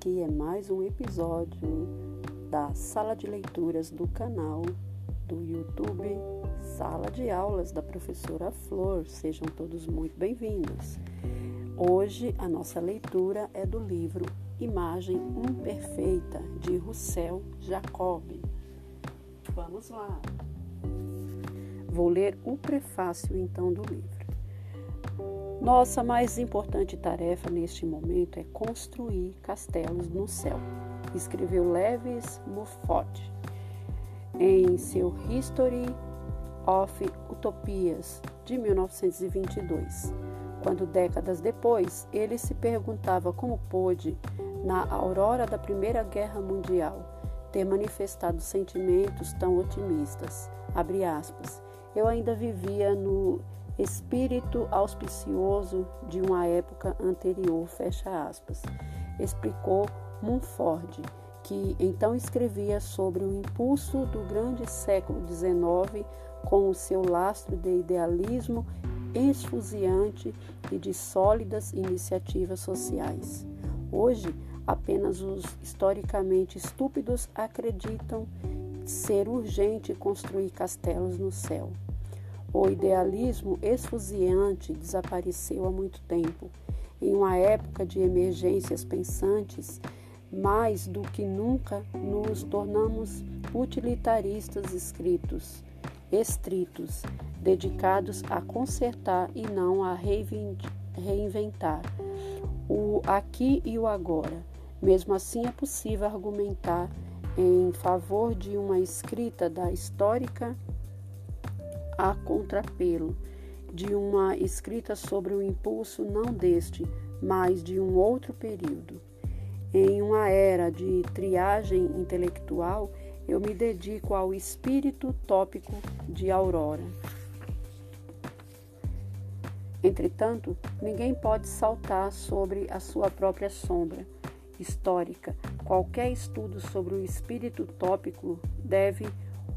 aqui é mais um episódio da Sala de Leituras do canal do YouTube Sala de Aulas da Professora Flor. Sejam todos muito bem-vindos. Hoje a nossa leitura é do livro Imagem Imperfeita, de Russell Jacob. Vamos lá. Vou ler o prefácio então do livro. Nossa mais importante tarefa neste momento é construir castelos no céu, escreveu Lewis Mumford em seu History of Utopias, de 1922, quando décadas depois ele se perguntava como pôde, na aurora da Primeira Guerra Mundial, ter manifestado sentimentos tão otimistas. Abre aspas. Eu ainda vivia no espírito auspicioso de uma época anterior, fecha aspas, explicou Mumford, que então escrevia sobre o impulso do grande século XIX com o seu lastro de idealismo esfuziante e de sólidas iniciativas sociais. Hoje, apenas os historicamente estúpidos acreditam ser urgente construir castelos no céu. O idealismo esfuziante desapareceu há muito tempo. Em uma época de emergências pensantes, mais do que nunca nos tornamos utilitaristas estritos, dedicados a consertar e não a reinventar o aqui e o agora. Mesmo assim, é possível argumentar em favor de uma escrita da histórica a contrapelo, de uma escrita sobre o impulso não deste, mas de um outro período. Em uma era de triagem intelectual, eu me dedico ao espírito utópico de Aurora. Entretanto, ninguém pode saltar sobre a sua própria sombra histórica. Qualquer estudo sobre o espírito utópico deve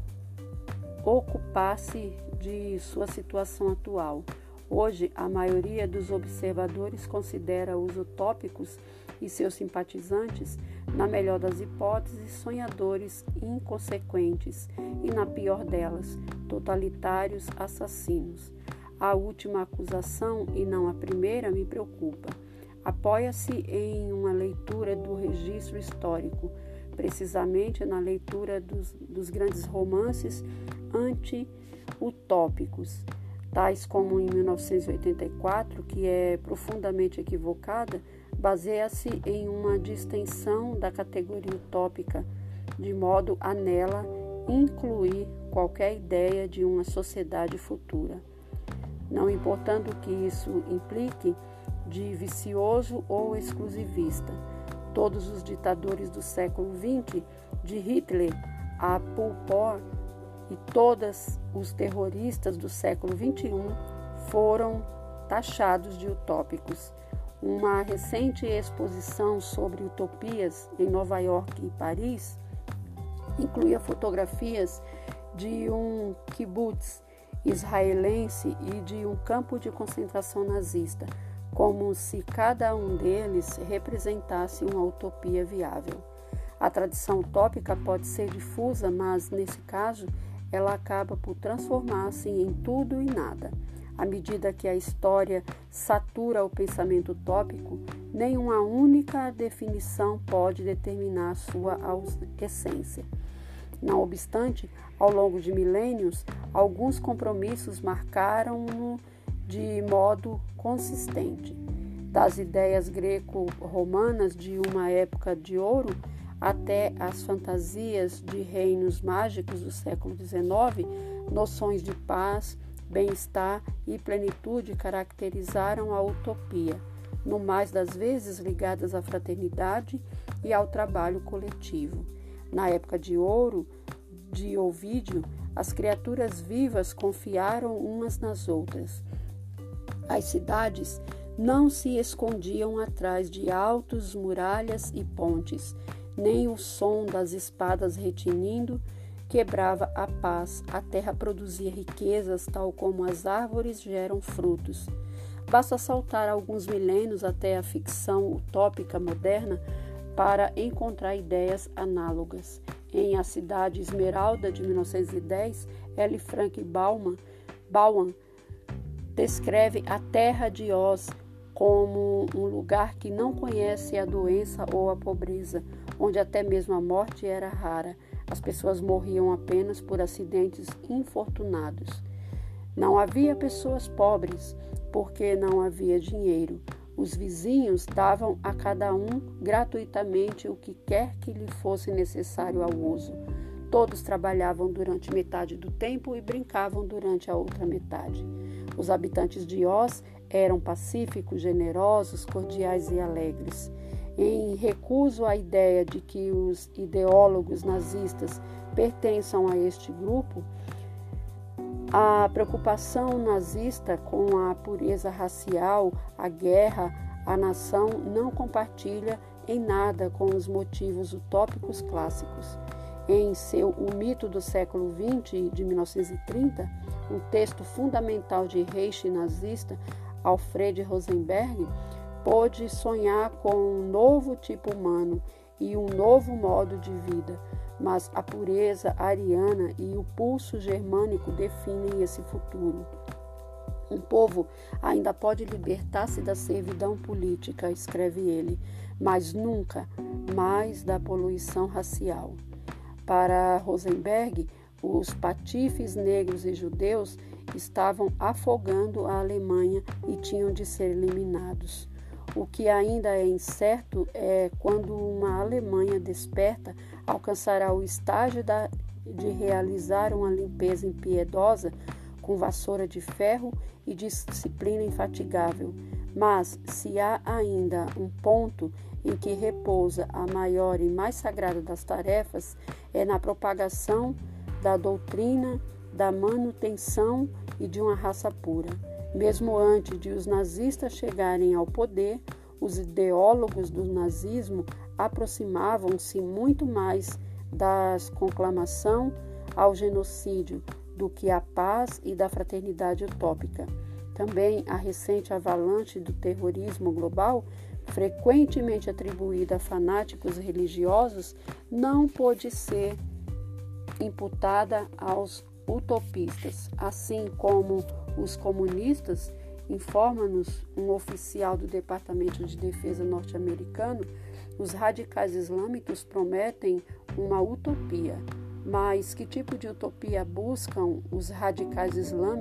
ocupar-se de sua situação atual. Hoje, a maioria dos observadores considera os utópicos e seus simpatizantes, na melhor das hipóteses, sonhadores inconsequentes e, na pior delas, totalitários assassinos. A última acusação, e não a primeira, me preocupa. Apoia-se em uma leitura do registro histórico, precisamente na leitura dos grandes romances anti-utópicos, tais como em 1984, que é profundamente equivocada, baseia-se em uma distensão da categoria utópica, de modo a nela incluir qualquer ideia de uma sociedade futura, não importando o que isso implique de vicioso ou exclusivista. Todos os ditadores do século XX, de Hitler a Pol Pot, e todos os terroristas do século XXI foram taxados de utópicos. Uma recente exposição sobre utopias em Nova York e Paris incluía fotografias de um kibbutz israelense e de um campo de concentração nazista, como se cada um deles representasse uma utopia viável. A tradição utópica pode ser difusa, mas, nesse caso, ela acaba por transformar-se em tudo e nada. À medida que a história satura o pensamento utópico, nenhuma única definição pode determinar sua essência. Não obstante, ao longo de milênios, alguns compromissos marcaram-no de modo consistente. Das ideias greco-romanas de uma época de ouro até as fantasias de reinos mágicos do século XIX, noções de paz, bem-estar e plenitude caracterizaram a utopia, no mais das vezes ligadas à fraternidade e ao trabalho coletivo. Na época de ouro de Ovídio, as criaturas vivas confiaram umas nas outras. As cidades não se escondiam atrás de altos muralhas e pontes, nem o som das espadas retinindo quebrava a paz. A terra produzia riquezas, tal como as árvores geram frutos. Basta saltar alguns milênios até a ficção utópica moderna para encontrar ideias análogas. Em A Cidade Esmeralda, de 1910, L. Frank Baum descreve a terra de Oz como um lugar que não conhece a doença ou a pobreza, onde até mesmo a morte era rara. As pessoas morriam apenas por acidentes infortunados. Não havia pessoas pobres, porque não havia dinheiro. Os vizinhos davam a cada um gratuitamente o que quer que lhe fosse necessário ao uso. Todos trabalhavam durante metade do tempo e brincavam durante a outra metade. Os habitantes de Oz eram pacíficos, generosos, cordiais e alegres. Em recuso à ideia de que os ideólogos nazistas pertençam a este grupo, a preocupação nazista com a pureza racial, a guerra, a nação não compartilha em nada com os motivos utópicos clássicos. Em seu O Mito do Século XX, de 1930, um texto fundamental de Reich nazista, Alfred Rosenberg, pôde sonhar com um novo tipo humano e um novo modo de vida, mas a pureza ariana e o pulso germânico definem esse futuro. Um povo ainda pode libertar-se da servidão política, escreve ele, mas nunca mais da poluição racial. Para Rosenberg, os patifes negros e judeus estavam afogando a Alemanha e tinham de ser eliminados. O que ainda é incerto é quando uma Alemanha desperta alcançará o estágio de realizar uma limpeza impiedosa com vassoura de ferro e disciplina infatigável. Mas se há ainda um ponto em que repousa a maior e mais sagrada das tarefas, é na propagação da doutrina da manutenção e de uma raça pura. Mesmo antes de os nazistas chegarem ao poder, os ideólogos do nazismo aproximavam-se muito mais da conclamação ao genocídio do que à paz e da fraternidade utópica. Também a recente avalanche do terrorismo global, frequentemente atribuída a fanáticos religiosos, não pôde ser imputada aos utopistas, assim como os comunistas, informa-nos um oficial do Departamento de Defesa norte-americano. Os radicais islâmicos prometem uma utopia, mas que tipo de utopia buscam os radicais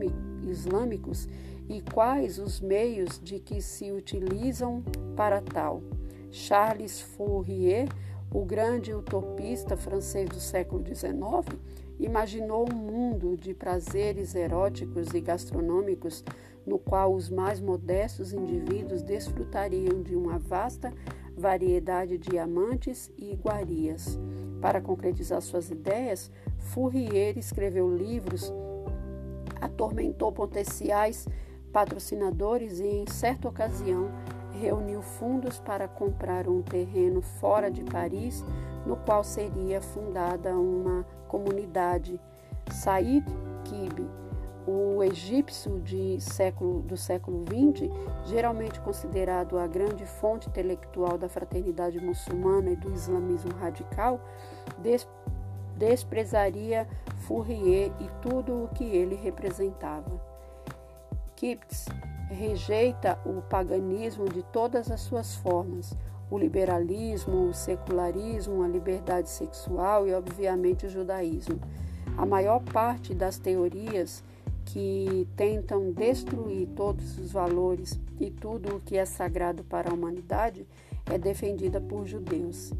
islâmicos e quais os meios de que se utilizam para tal? Charles Fourier, o grande utopista francês do século XIX, imaginou um mundo de prazeres eróticos e gastronômicos no qual os mais modestos indivíduos desfrutariam de uma vasta variedade de amantes e iguarias. Para concretizar suas ideias, Fourier escreveu livros, atormentou potenciais patrocinadores e, em certa ocasião, reuniu fundos para comprar um terreno fora de Paris, no qual seria fundada uma comunidade. Said Qutb, o egípcio do século XX, geralmente considerado a grande fonte intelectual da fraternidade muçulmana e do islamismo radical, desprezaria Fourier e tudo o que ele representava. Qutb rejeita o paganismo de todas as suas formas, o liberalismo, o secularismo, a liberdade sexual e, obviamente, o judaísmo. A maior parte das teorias que tentam destruir todos os valores e tudo o que é sagrado para a humanidade é defendida por judeus.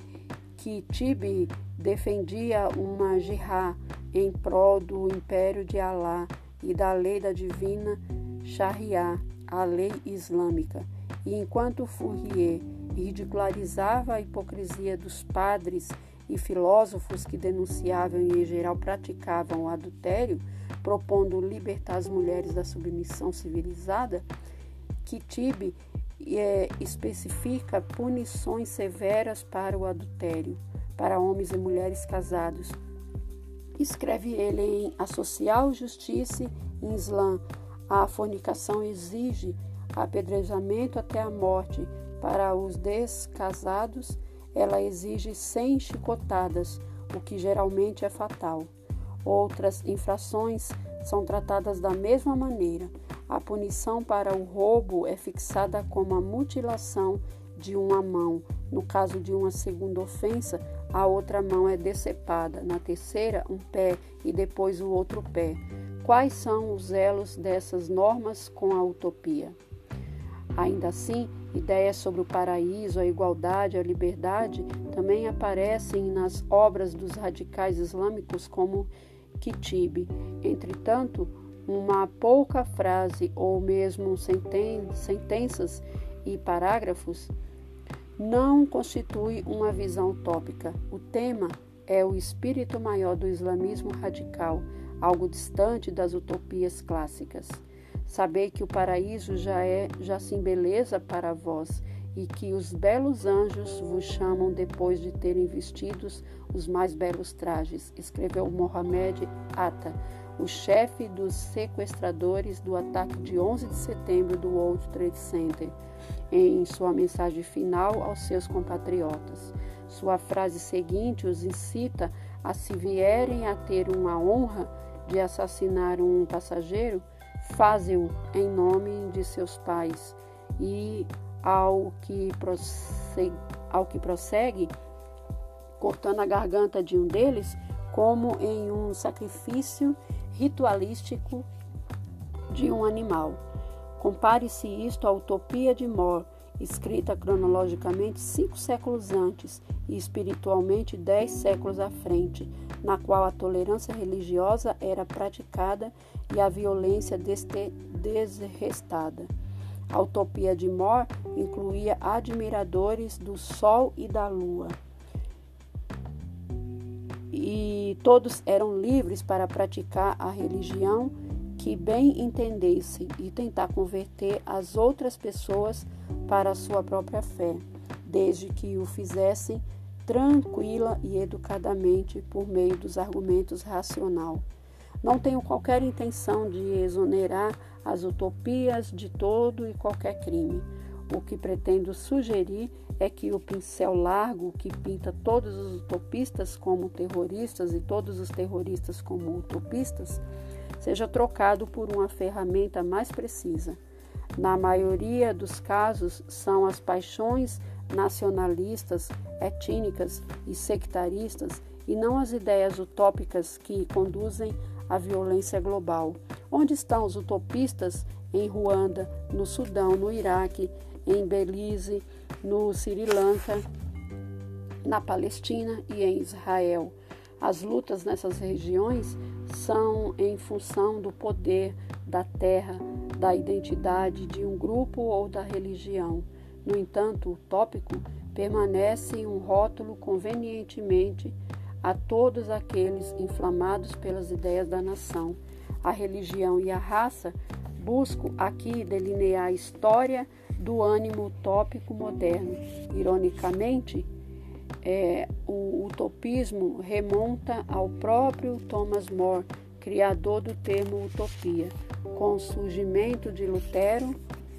Qutb defendia uma jihad em prol do império de Alá e da lei da divina Sharia, a lei islâmica. E enquanto Fourier ridicularizava a hipocrisia dos padres e filósofos que denunciavam e, em geral, praticavam o adultério, propondo libertar as mulheres da submissão civilizada, Qutb especifica punições severas para o adultério, para homens e mulheres casados. Escreve ele em A Social Justiça em Islã: a fornicação exige apedrejamento até a morte para os descasados, ela exige 100 chicotadas, o que geralmente é fatal. Outras infrações são tratadas da mesma maneira. A punição para o roubo é fixada como a mutilação de uma mão. No caso de uma segunda ofensa, a outra mão é decepada. Na terceira, um pé e depois o outro pé. Quais são os elos dessas normas com a utopia? Ainda assim, ideias sobre o paraíso, a igualdade, a liberdade também aparecem nas obras dos radicais islâmicos como Khatib. Entretanto, uma pouca frase ou mesmo sentenças e parágrafos não constitui uma visão utópica. O tema é o espírito maior do islamismo radical, algo distante das utopias clássicas. Sabei que o paraíso já se embeleza para vós e que os belos anjos vos chamam depois de terem vestidos os mais belos trajes, escreveu Mohamed Atta, o chefe dos sequestradores do ataque de 11 de setembro do World Trade Center, em sua mensagem final aos seus compatriotas. Sua frase seguinte os incita a, se vierem a ter uma honra de assassinar um passageiro, faze-o em nome de seus pais. E ao que prossegue, cortando a garganta de um deles, como em um sacrifício ritualístico de um animal. Compare-se isto à utopia de More, escrita cronologicamente 5 séculos antes e espiritualmente 10 séculos à frente, na qual a tolerância religiosa era praticada e a violência desrestada. A utopia de More incluía admiradores do sol e da lua, e todos eram livres para praticar a religião que bem entendessem e tentar converter as outras pessoas para a sua própria fé, desde que o fizessem tranquila e educadamente por meio dos argumentos racional. Não tenho qualquer intenção de exonerar as utopias de todo e qualquer crime. O que pretendo sugerir é que o pincel largo que pinta todos os utopistas como terroristas e todos os terroristas como utopistas seja trocado por uma ferramenta mais precisa. Na maioria dos casos, são as paixões nacionalistas, étnicas e sectaristas e não as ideias utópicas que conduzem à violência global. Onde estão os utopistas em Ruanda, no Sudão, no Iraque, em Belize, no Sri Lanka, na Palestina e em Israel? As lutas nessas regiões são em função do poder, da terra, da identidade de um grupo ou da religião. No entanto, o utópico permanece um rótulo convenientemente a todos aqueles inflamados pelas ideias da nação. A religião e a raça busco aqui delinear a história do ânimo utópico moderno. Ironicamente, o utopismo remonta ao próprio Thomas More, criador do termo utopia. Com o surgimento de Lutero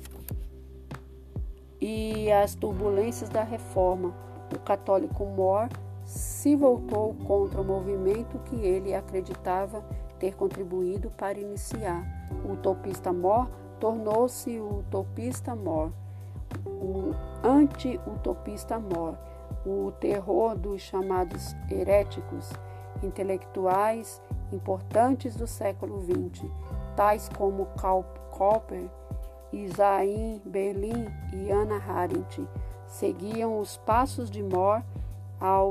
e as turbulências da Reforma, o católico More se voltou contra o movimento que ele acreditava ter contribuído para iniciar. O utopista More tornou-se o utopista More, o anti-utopista More, o terror dos chamados heréticos, intelectuais importantes do século XX, tais como Karl Popper, Isaiah Berlin e Hannah Arendt, seguiam os passos de More ao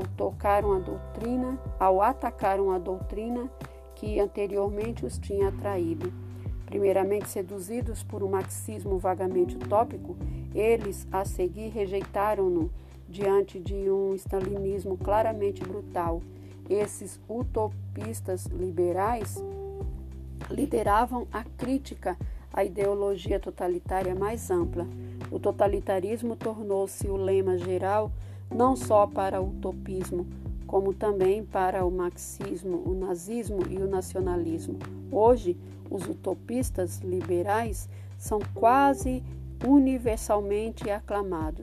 atacar uma doutrina que anteriormente os tinha atraído. Primeiramente seduzidos por um marxismo vagamente utópico, eles, a seguir, rejeitaram-no diante de um stalinismo claramente brutal. Esses utopistas liberais lideravam a crítica à ideologia totalitária mais ampla. O totalitarismo tornou-se o lema geral não só para o utopismo, como também para o marxismo, o nazismo e o nacionalismo. Hoje, os utopistas liberais são quase universalmente aclamados.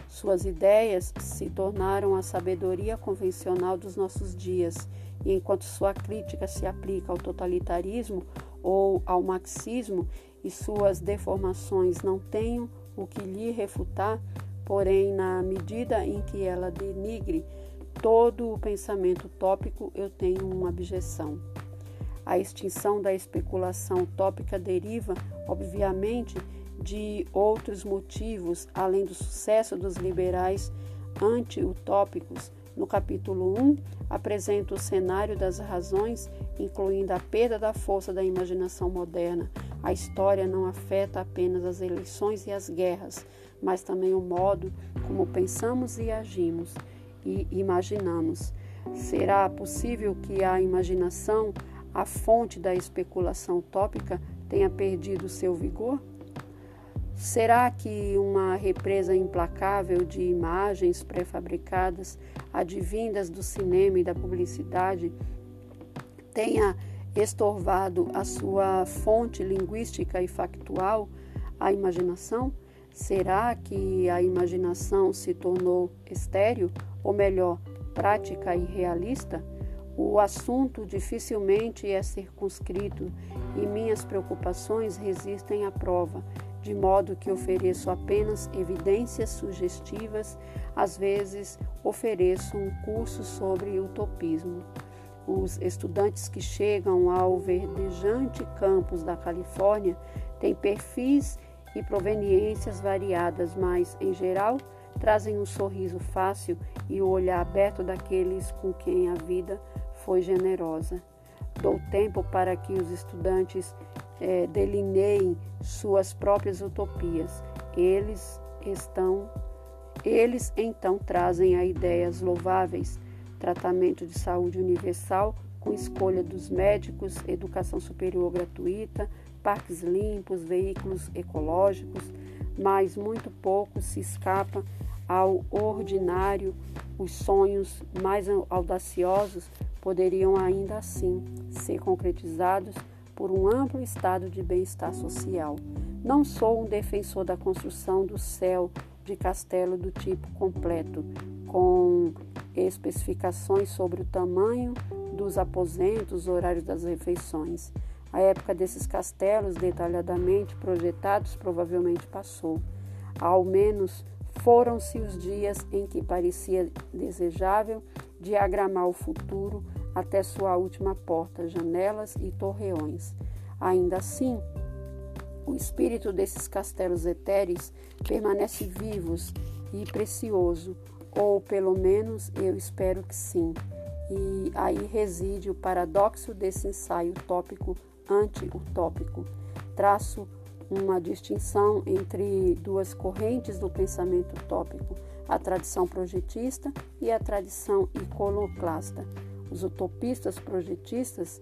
Suas ideias se tornaram a sabedoria convencional dos nossos dias, e enquanto sua crítica se aplica ao totalitarismo ou ao marxismo e suas deformações não tenham o que lhe refutar, porém, na medida em que ela denigre todo o pensamento utópico, eu tenho uma objeção. A extinção da especulação utópica deriva, obviamente, de outros motivos, além do sucesso dos liberais anti-utópicos. No capítulo 1, apresento o cenário das razões, incluindo a perda da força da imaginação moderna. A história não afeta apenas as eleições e as guerras, mas também o modo como pensamos e agimos e imaginamos. Será possível que a imaginação, a fonte da especulação utópica, tenha perdido seu vigor? Será que uma represa implacável de imagens pré-fabricadas, advindas do cinema e da publicidade, tenha estorvado a sua fonte linguística e factual, a imaginação? Será que a imaginação se tornou estéril, ou melhor, prática e realista? O assunto dificilmente é circunscrito e minhas preocupações resistem à prova, de modo que ofereço apenas evidências sugestivas, às vezes ofereço um curso sobre utopismo. Os estudantes que chegam ao verdejante campus da Califórnia têm perfis e proveniências variadas, mas, em geral, trazem um sorriso fácil e o olhar aberto daqueles com quem a vida foi generosa. Dou tempo para que os estudantes delineiem suas próprias utopias. Eles então trazem a ideias louváveis: tratamento de saúde universal com escolha dos médicos, educação superior gratuita, parques limpos, veículos ecológicos, mas muito pouco se escapa ao ordinário. Os sonhos mais audaciosos poderiam ainda assim ser concretizados por um amplo estado de bem-estar social. Não sou um defensor da construção do céu de castelo do tipo completo, com especificações sobre o tamanho dos aposentos, horários das refeições. A época desses castelos detalhadamente projetados provavelmente passou. Ao menos foram-se os dias em que parecia desejável diagramar o futuro até sua última porta, janelas e torreões. Ainda assim, o espírito desses castelos etéreos permanece vivo e precioso, ou pelo menos eu espero que sim. E aí reside o paradoxo desse ensaio utópico anti-utópico. Traço uma distinção entre duas correntes do pensamento utópico, a tradição projetista e a tradição iconoclasta. Os utopistas projetistas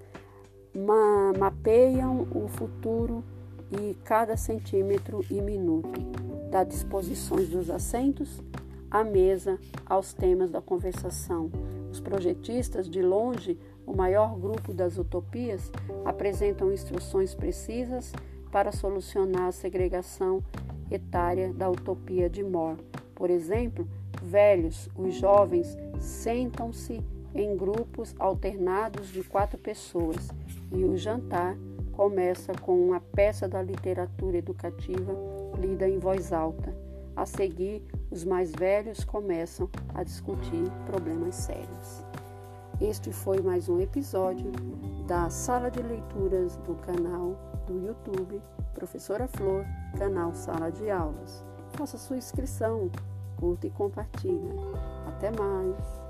mapeiam o futuro e cada centímetro e minuto, das disposições dos assentos à mesa aos temas da conversação. Os projetistas, de longe, o maior grupo das utopias, apresentam instruções precisas para solucionar a segregação etária da utopia de More. Por exemplo, velhos, os jovens, sentam-se em grupos alternados de 4 pessoas e o jantar começa com uma peça da literatura educativa lida em voz alta. A seguir, os mais velhos começam a discutir problemas sérios. Este foi mais um episódio da Sala de Leituras do canal do YouTube Professora Flor, canal Sala de Aulas. Faça sua inscrição, curta e compartilhe. Até mais!